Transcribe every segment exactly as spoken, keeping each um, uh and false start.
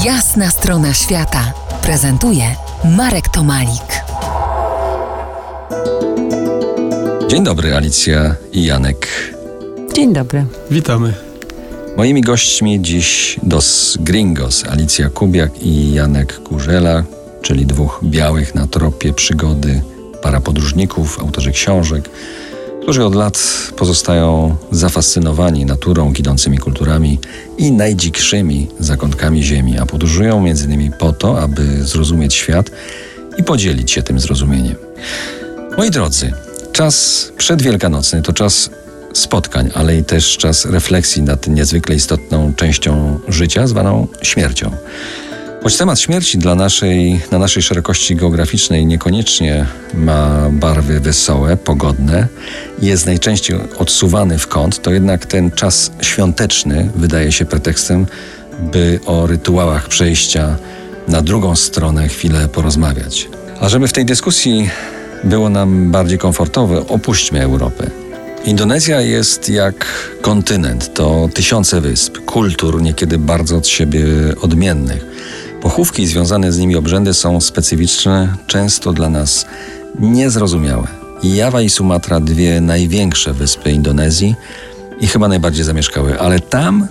Jasna strona świata prezentuje Marek Tomalik. Dzień dobry, Alicja i Janek. Dzień dobry. Witamy. Moimi gośćmi dziś Dos Gringos, Alicja Kubiak i Janek Kurzela, czyli dwóch białych na tropie przygody, para podróżników, autorzy książek, którzy od lat pozostają zafascynowani naturą, ginącymi kulturami i najdzikszymi zakątkami ziemi, a podróżują między innymi po to, aby zrozumieć świat i podzielić się tym zrozumieniem. Moi drodzy, czas przedwielkanocny to czas spotkań, ale i też czas refleksji nad niezwykle istotną częścią życia, zwaną śmiercią. Choć temat śmierci dla naszej, na naszej szerokości geograficznej niekoniecznie ma barwy wesołe, pogodne i jest najczęściej odsuwany w kąt, to jednak ten czas świąteczny wydaje się pretekstem, by o rytuałach przejścia na drugą stronę chwilę porozmawiać. A żeby w tej dyskusji było nam bardziej komfortowo, opuśćmy Europę. Indonezja jest jak kontynent, to tysiące wysp, kultur niekiedy bardzo od siebie odmiennych. Pochówki i związane z nimi obrzędy są specyficzne, często dla nas niezrozumiałe. Jawa i Sumatra, dwie największe wyspy Indonezji i chyba najbardziej zamieszkałe, ale tam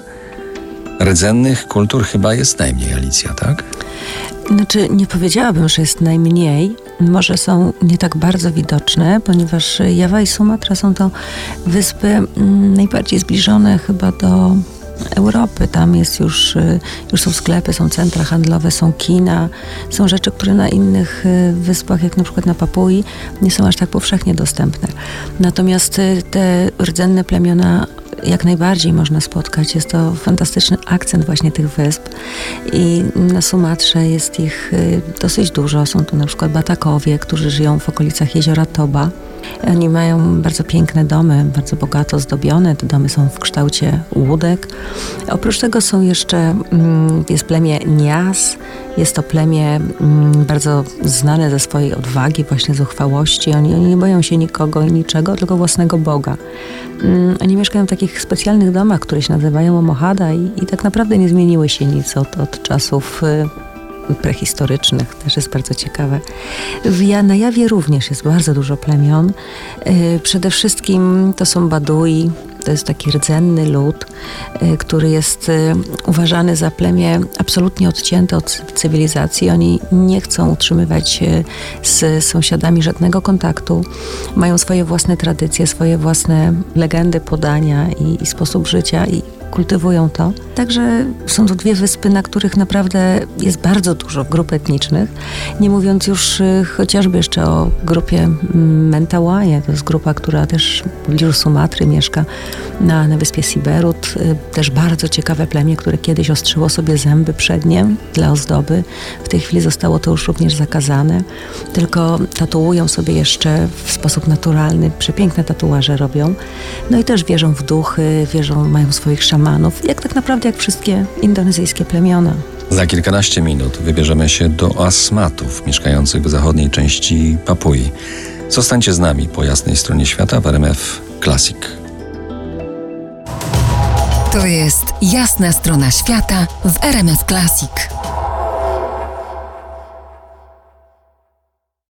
rdzennych kultur chyba jest najmniej, Alicja, tak? Znaczy, nie powiedziałabym, że jest najmniej. Może są nie tak bardzo widoczne, ponieważ Jawa i Sumatra są to wyspy mm, najbardziej zbliżone chyba do Europy. Tam jest już, już są sklepy, są centra handlowe, są kina, są rzeczy, które na innych wyspach, jak na przykład na Papui, nie są aż tak powszechnie dostępne. Natomiast te rdzenne plemiona jak najbardziej można spotkać. Jest to fantastyczny akcent właśnie tych wysp i na Sumatrze jest ich dosyć dużo. Są tu na przykład Batakowie, którzy żyją w okolicach jeziora Toba. Oni mają bardzo piękne domy, bardzo bogato zdobione. Te domy są w kształcie łódek. Oprócz tego są jeszcze, jest plemię Nias. Jest to plemię bardzo znane ze swojej odwagi, właśnie zuchwałości. Oni, oni nie boją się nikogo i niczego, tylko własnego Boga. Oni mieszkają w takich specjalnych domach, które się nazywają Omohada i, i tak naprawdę nie zmieniły się nic od, od czasów prehistorycznych. Też jest bardzo ciekawe. W, na Jawie również jest bardzo dużo plemion. Przede wszystkim to są Badui. To jest taki rdzenny lud, który jest uważany za plemię absolutnie odcięte od cywilizacji. Oni nie chcą utrzymywać z sąsiadami żadnego kontaktu. Mają swoje własne tradycje, swoje własne legendy, podania i, i sposób życia i kultywują to. Także są to dwie wyspy, na których naprawdę jest bardzo dużo grup etnicznych. Nie mówiąc już chociażby jeszcze o grupie Mentawai. To jest grupa, która też w pobliżu Sumatry mieszka na, na wyspie Siberut. Też bardzo ciekawe plemię, które kiedyś ostrzyło sobie zęby przednie dla ozdoby. W tej chwili zostało to już również zakazane. Tylko tatuują sobie jeszcze w sposób naturalny. Przepiękne tatuaże robią. No i też wierzą w duchy, wierzą, mają swoich szamanów. Jak tak naprawdę jak wszystkie indonezyjskie plemiona. Za kilkanaście minut wybierzemy się do Asmatów, mieszkających w zachodniej części Papui. Zostańcie z nami po jasnej stronie świata w R M F Classic. To jest Jasna strona świata w R M F Classic.